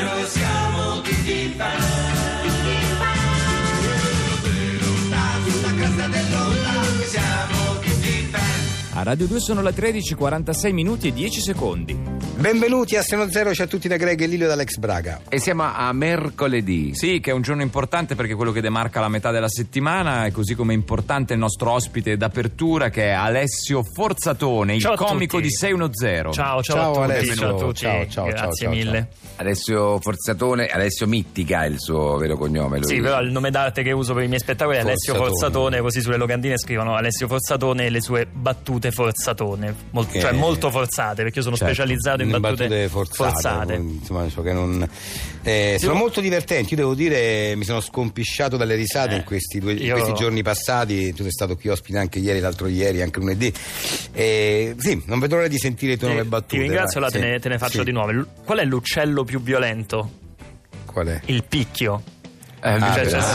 106.0 siamo tutti fan. Sulla cresta dell'onda siamo tutti fan. A Radio 2 sono le 13:46 minuti e 10 secondi. Benvenuti a Seno Zero, ciao a tutti da Greg e Lilio dall'Ex Braga. E siamo a mercoledì. Sì, che è un giorno importante perché è quello che demarca la metà della settimana, e così come è importante il nostro ospite d'apertura che è Alessio Forzatone, il comico di 610. Ciao a tutti. Alessio. Ciao a tutti. Ciao, Grazie mille. Alessio Forzatone, Alessio Mittica è il suo vero cognome. Lui. Sì, però il nome d'arte che uso per i miei spettacoli è Alessio Forzatone, così sulle locandine scrivono Alessio Forzatone e le sue battute forzatone, cioè molto forzate, perché io sono specializzato in battute forzate. Insomma, so che non, sono molto divertenti. Io devo dire, mi sono scompisciato dalle risate in questi giorni passati. Tu sei stato qui ospite anche ieri, l'altro ieri, anche lunedì. Sì, non vedo l'ora di sentire le tue nuove battute. Ti ringrazio, te ne faccio di nuove. Qual è l'uccello più violento? Qual è? Il picchio. Come la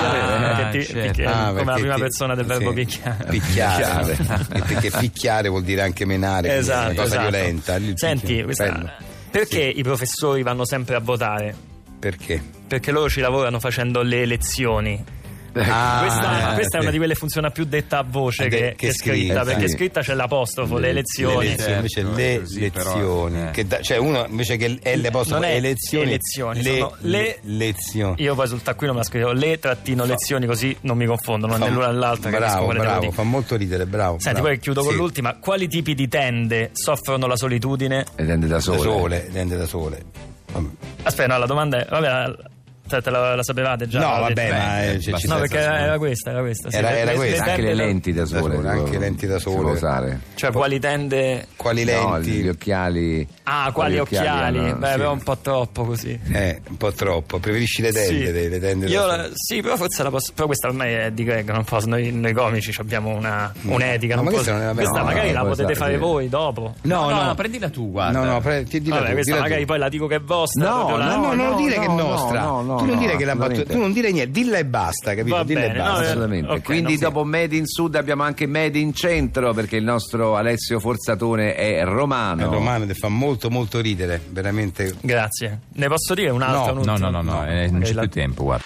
prima persona del verbo picchiare. Picchiare. Perché picchiare vuol dire anche menare, esatto, è una cosa violenta. Senti, perché i professori vanno sempre a votare? Perché? Perché loro ci lavorano facendo le lezioni. Questa è una di quelle funziona più detta a voce che scritta, perché scritta c'è l'apostrofo, le lezioni. Invece le lezioni. Cioè uno invece che L apostrofo non è lezioni. Le lezioni. Io poi sul taccuino me la scrivo lezioni, così non mi confondono né l'una né l'altra. Bravo, fa molto ridere, bravo. Senti, poi chiudo con l'ultima. Quali tipi di tende soffrono la solitudine? Le tende da sole. Aspetta, no, la domanda è te la sapevate già? No, vabbè, no, perché era questa. Sì, era questa. Anche le lenti da sole. Anche lenti da sole. Usare. Cioè, quali tende? Quali lenti? No, gli occhiali. Quali occhiali? Però un po' troppo così. Un po' troppo. Preferisci le tende? Le tende sì, però forse la posso. Però questa ormai è di Greg, non posso. Noi comici abbiamo un'etica. No, questa magari la potete fare voi dopo. No, prendila tu, guarda. No, questa magari poi la dico che è vostra. No, non dire che è nostra. Tu non dire che la battuta, tu non dire niente, dilla e basta, capito? Dilla e basta. Assolutamente. Okay, quindi dopo Made in Sud abbiamo anche Made in Centro, perché il nostro Alessio Forzatone è romano. È romano ed fa molto molto ridere, veramente. Grazie. Ne posso dire un'altra? No, non c'è più tempo, guarda.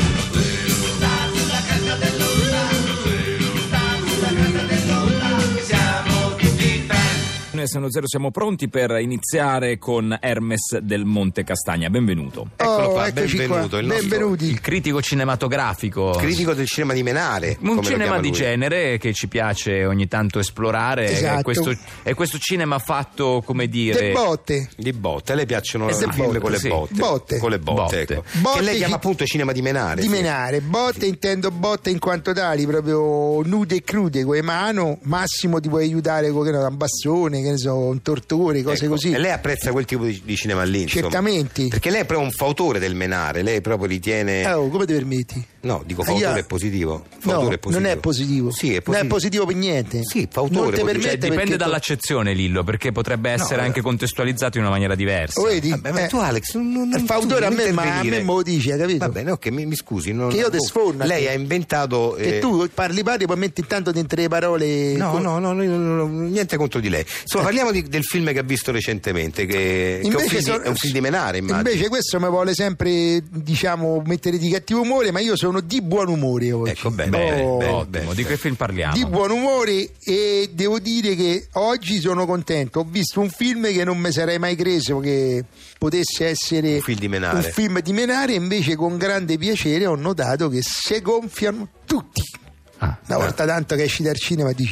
Noi a Seno Zero siamo pronti per iniziare con Hermes del Monte Castagna. Benvenuto. Eccolo qua, benvenuto. Benvenuti. Il critico cinematografico. Critico del cinema di Menare. Un cinema di genere che ci piace ogni tanto esplorare. Esatto. È questo cinema fatto, come dire... Di botte. A lei piacciono i film con le botte. Con le botte, ecco. Botte che lei chiama appunto cinema di Menare. Di Menare. Botte, intendo botte in quanto tali, proprio nude e crude, con le mano. Massimo ti puoi aiutare con un bastone, che ne so, un tortore, cose così. E lei apprezza quel tipo di cinema lì, insomma. Certamente. Perché lei è proprio un fautore del Menare, lei proprio ritiene... come ti permetti? No, dico fautore è positivo. Fautore è positivo. Non è positivo. Sì, è positivo. Non è positivo per niente. Sì, fautore. Non ti permette, dipende dall'accezione, Lillo, perché potrebbe essere anche contestualizzato in una maniera diversa. Vedi? Vabbè, ma tu Alex il fautore a me me lo dice, capito? Va bene, ok, mi scusi, che io te sforno. Lei ha inventato che tu parli poi metti intanto dentro le parole. No, niente contro di lei. Insomma, parliamo del film che ha visto recentemente, che è un film di Menare, immagino. Invece questo mi vuole sempre, diciamo, mettere di cattivo umore, ma io sono di buon umore oggi. Ecco, bene. Ottimo. Di che film parliamo? Di buon umore, e devo dire che oggi sono contento. Ho visto un film che non mi sarei mai creso che potesse essere un film di Menare. Invece con grande piacere ho notato che si gonfiano tutti. Una volta tanto che esci dal cinema e dici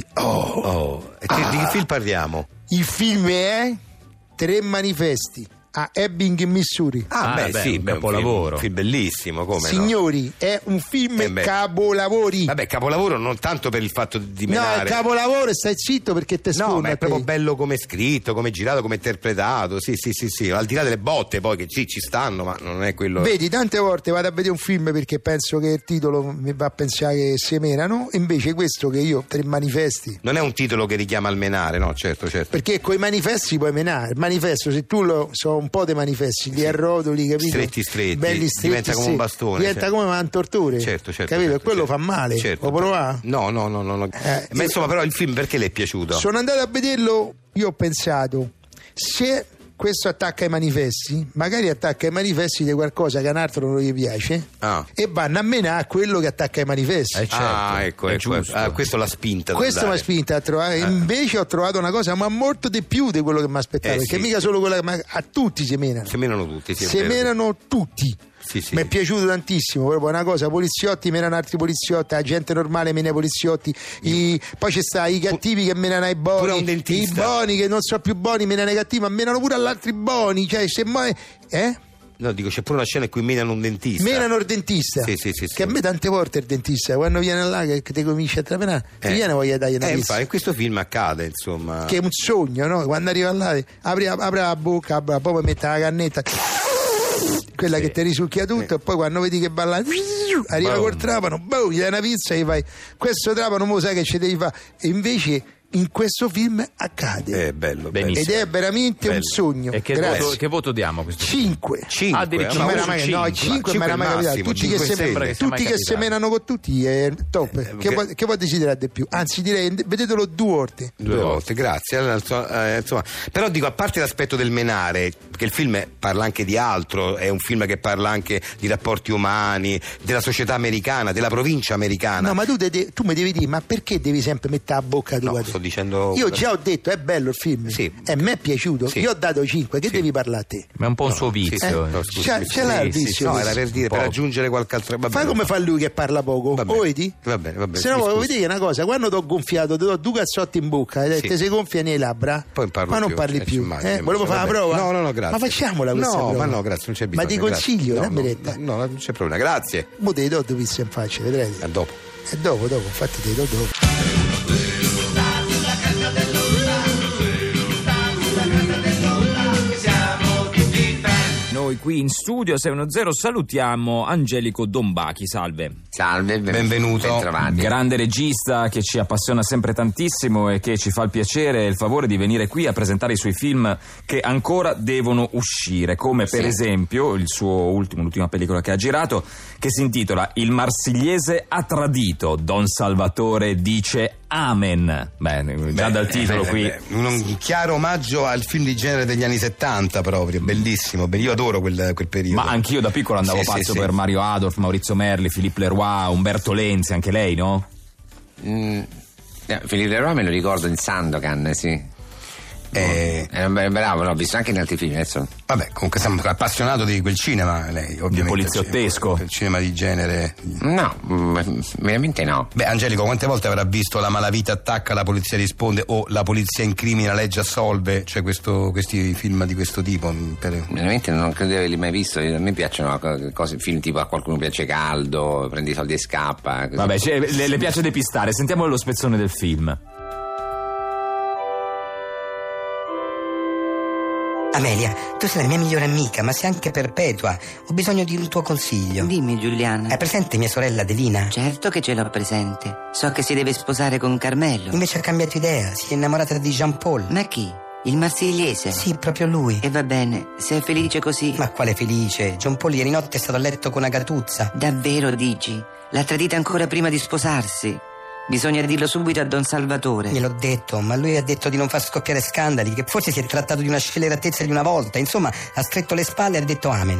di che film parliamo? Il film è Tre manifesti a Ebbing, Missouri. Sì, un capolavoro. Un film bellissimo, come signori, è un film capolavori. Vabbè, capolavoro non tanto per il fatto di Menare. No, il capolavoro, stai zitto perché te sfonda. No, ma è proprio bello come scritto, come girato, come interpretato. Sì. Al di là delle botte, poi che ci stanno, ma non è quello. Vedi, tante volte vado a vedere un film perché penso che il titolo mi va a pensare che semenano. Invece questo che io, Tre manifesti. Non è un titolo che richiama al Menare, no, certo. Perché coi manifesti puoi menare. Il manifesto, se tu un po' dei manifesti, li arrotoli, capito? Stretti, belli stretti, diventa come un bastone. Diventa come un tortore. Certo. Capito? E quello fa male. Certo. Lo provare? No. Ma insomma, però il film perché le è piaciuto? Sono andato a vederlo, io ho pensato, se questo attacca ai manifesti, magari attacca ai manifesti di qualcosa che a un altro non gli piace e vanno a menare quello che attacca ai manifesti. Ecco. Questo l'ha spinta. Questo mi ha spinta a trovare. Invece ho trovato una cosa, ma molto di più di quello che mi aspettavo, perché mica solo quella che a tutti si menano. Semenano tutti. Semenano tutti. Mi è piaciuto tantissimo, proprio una cosa, poliziotti menano altri poliziotti, la gente normale mena i poliziotti, poi ci sta i cattivi che menano i buoni, i buoni che non sono più buoni menano i cattivi, ma menano pure agli altri buoni, cioè se No, dico, c'è pure una scena in cui menano un dentista. Menano il dentista. Sì. Che a me tante volte il dentista, quando viene là che ti comincia a trapenare, ti viene voglia dargli una pizza. In questo film accade, insomma. Che è un sogno, no? Quando arriva là, apre la bocca, poi mette la cannetta, quella che ti risucchia tutto, e poi quando vedi che va là, arriva col trapano, gli dai una pizza e gli fai, questo trapano mo sai che ci devi fare. E invece in questo film accade. È bello, ed è veramente un sogno. E che voto diamo a questo 5. 5. Addirittura 5 mi era mai capitato. Tutti che semenano con tutti è top. Che vuoi desiderare di più? Anzi, direi vedetelo 2 volte. 2 volte, grazie. Insomma, però dico, a parte l'aspetto del menare, perché il film parla anche di altro, è un film che parla anche di rapporti umani, della società americana, della provincia americana. No, ma tu mi devi dire, ma perché devi sempre mettere a bocca tua? Sto dicendo. Io già ho detto, è bello il film. Sì. A me è piaciuto. Sì. Io ho dato 5. Che devi parlare a te? Ma è un po' un suo vizio. Ce l'ha il vizio. No, era per dire, per aggiungere qualche altra. Fai come fa lui che parla poco. O vedi? Va bene. Se no, volevo dire una cosa: quando ti ho gonfiato, ti do 2 cazzotti in bocca e te si gonfia nei labbra, poi ma non parli più. Volevo fare la prova. No, grazie. Ma facciamola questa prova. Ma no, grazie, non c'è bisogno. Ma ti consiglio, dammi retta. No, non c'è problema, grazie. Mo te do 2 pizze in faccia, vedrete. A dopo. E dopo, infatti te do dopo. Noi qui in studio 610 salutiamo Angelico Dombachi, salve. Salve, benvenuto. Bentrovati. Grande regista che ci appassiona sempre tantissimo e che ci fa il piacere e il favore di venire qui a presentare i suoi film che ancora devono uscire, come per esempio il suo l'ultima pellicola che ha girato, che si intitola Il Marsigliese ha tradito, Don Salvatore dice Amen. Già dal titolo qui. Un chiaro omaggio al film di genere degli anni 70 proprio, bellissimo. Io adoro quel periodo. Ma anch'io da piccolo andavo pazzo per Mario Adolf, Maurizio Merli, Philippe Leroy, Umberto Lenzi, anche lei, no? Philippe Leroy me lo ricordo in Sandokan, sì. Era bravo, l'ho visto anche in altri film adesso. Vabbè, comunque siamo appassionato di quel cinema, lei ovviamente. Poliziottesco. Il cinema di genere. No, veramente no. Beh, Angelico, quante volte avrà visto La malavita attacca, la polizia risponde, o La polizia incrimina, legge assolve, cioè questi film di questo tipo? Veramente non credo di averli mai visto. A me piacciono cose, film tipo A qualcuno piace caldo, Prendi i soldi e scappa. Così. Vabbè, le piace depistare. Sentiamo lo spezzone del film. Amelia, tu sei la mia migliore amica, ma sei anche perpetua. Ho bisogno di un tuo consiglio. Dimmi, Giuliana. Hai presente mia sorella Adelina? Certo che ce l'ho presente. So che si deve sposare con Carmelo. Invece ha cambiato idea, si è innamorata di Jean Paul. Ma chi? Il marsigliese? Sì, proprio lui. E va bene, se è felice così. Ma quale felice? Jean Paul ieri notte è stato a letto con una gatuzza. Davvero, dici? L'ha tradita ancora prima di sposarsi. Bisogna dirlo subito a Don Salvatore. Gliel'ho detto, ma lui ha detto di non far scoppiare scandali, che forse si è trattato di una scelleratezza di una volta. Insomma, ha stretto le spalle e ha detto amen.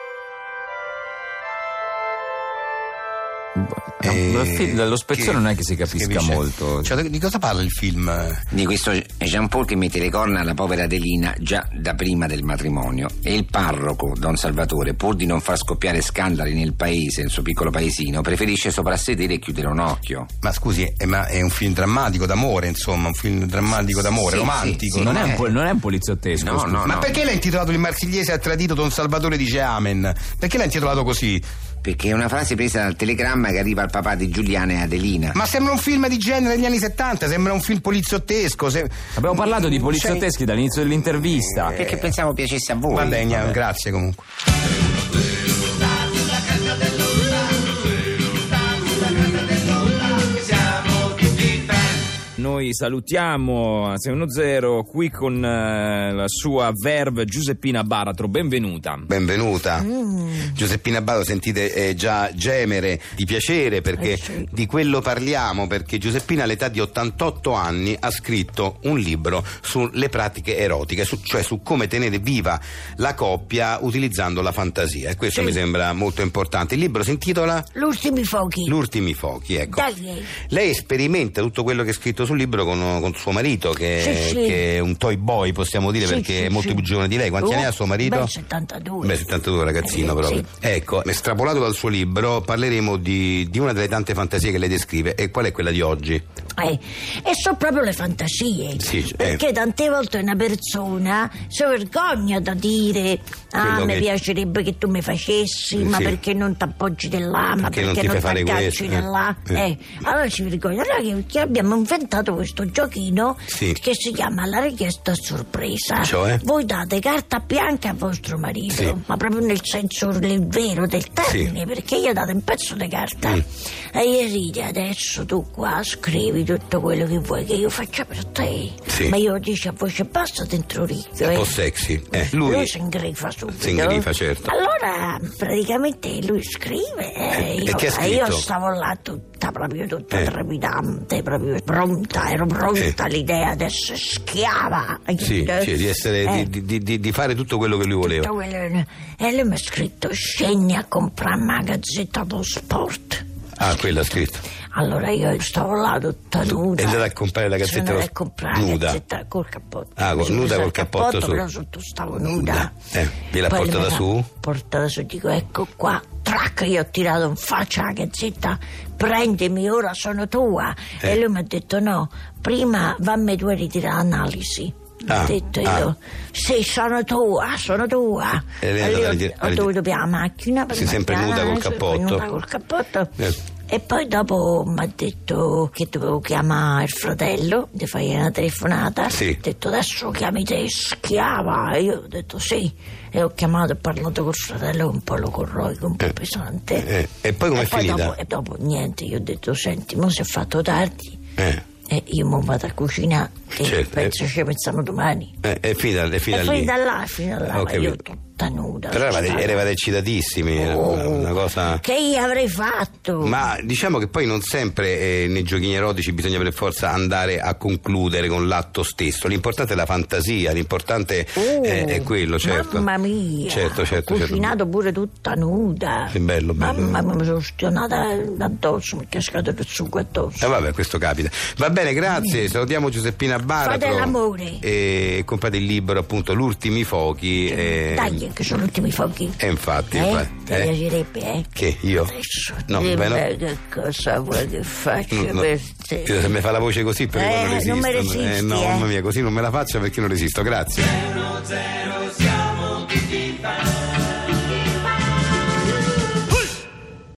Dallo spezzone non è che si capisca molto. Cioè, di cosa parla il film? Di questo Jean Paul che mette le corna alla povera Adelina già da prima del matrimonio, e il parroco Don Salvatore, pur di non far scoppiare scandali nel paese, nel suo piccolo paesino, preferisce soprassedere e chiudere un occhio. Ma scusi, ma è un film drammatico d'amore, insomma, un film drammatico d'amore, romantico. Sì, non è un poliziottesco. No. Ma perché l'ha intitolato Il Marsigliese ha tradito, Don Salvatore dice Amen? Perché l'ha intitolato così? Perché è una frase presa dal telegramma che arriva al papà di Giuliana e Adelina. Ma sembra un film di genere degli anni 70, sembra un film poliziottesco. Abbiamo parlato di poliziotteschi dall'inizio dell'intervista. Perché pensavo piacesse a voi. Va bene, grazie comunque. Noi noi salutiamo a 610 qui con la sua verve Giuseppina Baratro. Benvenuta. Benvenuta. Giuseppina Baratro, sentite già gemere di piacere perché sì. Di quello parliamo, perché Giuseppina all'età di 88 anni ha scritto un libro sulle pratiche erotiche, cioè su come tenere viva la coppia utilizzando la fantasia, e questo mi sembra molto importante. Il libro si intitola L'ultimi fuochi. L'ultimi fuochi, ecco. Dai. Lei sperimenta tutto quello che è scritto sul libro con suo marito, che è un toy boy, possiamo dire, perché è molto più giovane di lei. Quanti anni ha suo marito? Beh, 72. Beh, 72, ragazzino proprio. Sì. Ecco, estrapolato dal suo libro parleremo di una delle tante fantasie che lei descrive. E qual è quella di oggi? E sono proprio le fantasie. Sì, perché tante volte una persona si vergogna da dire mi piacerebbe che tu mi facessi, ma perché non ti appoggi di là, ma perché non ti agganci di là. Allora ci vergogna. Allora che abbiamo inventato questo giochino che si chiama la richiesta a sorpresa. Cioè? Voi date carta bianca a vostro marito, ma proprio nel senso vero del termine, perché io date un pezzo di carta e gli dite: adesso tu qua scrivi tutto quello che vuoi che io faccia per te, ma io lo dico a voce bassa dentro ricchio, un po' sexy. Lui si ingrifa subito. Si ingrifa, certo. Allora praticamente lui scrive e io stavo là tutta trepidante, proprio pronta, ero pronta all'idea di essere schiava, di essere di fare tutto quello che lui voleva. E lui mi ha scritto: scendi a comprare una gazzetta dello sport. Ah, quello ha scritto. Allora io stavo là tutta nuda. E andate a comprare la gazzetta nuda? Gazzetta col cappotto. Ah, nuda col cappotto su. Però sotto stavo nuda. Gliela porta da su? Porta da su, dico: ecco qua. Trac, io ho tirato in faccia la gazzetta: prendimi, ora sono tua. E lui mi ha detto: no, prima vammi tu a ritirare l'analisi. Ho detto io: sì, sono tua. E lei ho dovuto per la macchina, sempre nuda col cappotto. E poi dopo mi ha detto che dovevo chiamare il fratello, di fare una telefonata. Ho detto: adesso lo chiami te, schiava. E io ho detto sì. E ho chiamato e parlato col fratello, un po' logorroico, un po' pesante. E poi com'è finita? E dopo niente, io ho detto: senti, mo si è fatto tardi. E io mo vado a cucinare, penso ci pensiamo domani. È finita là. Io tutta nuda. Però eravate eccitatissimi, una cosa. Che io avrei fatto? Ma diciamo che poi non sempre nei giochini erotici bisogna per forza andare a concludere con l'atto stesso. L'importante è la fantasia, l'importante è quello, certo. Mamma mia, certo. Cucinato pure tutta nuda. È bello. Mamma mia, mi sono stionata addosso, mi è cascato il sugo addosso. Vabbè, questo capita. Va bene, grazie. Salutiamo Giuseppina Baratro. Fate l'amore. E comprate il libro, appunto, L'ultimi fuochi. Dai, che sono ultimi fuochi. Infatti. Ti piacerebbe, Che io? Adesso No, che cosa vuoi che faccia per te? Se mi fa la voce così, perché non resisto. Non mi resisti, no, mamma mia, così non me la faccio perché non resisto. Grazie. 006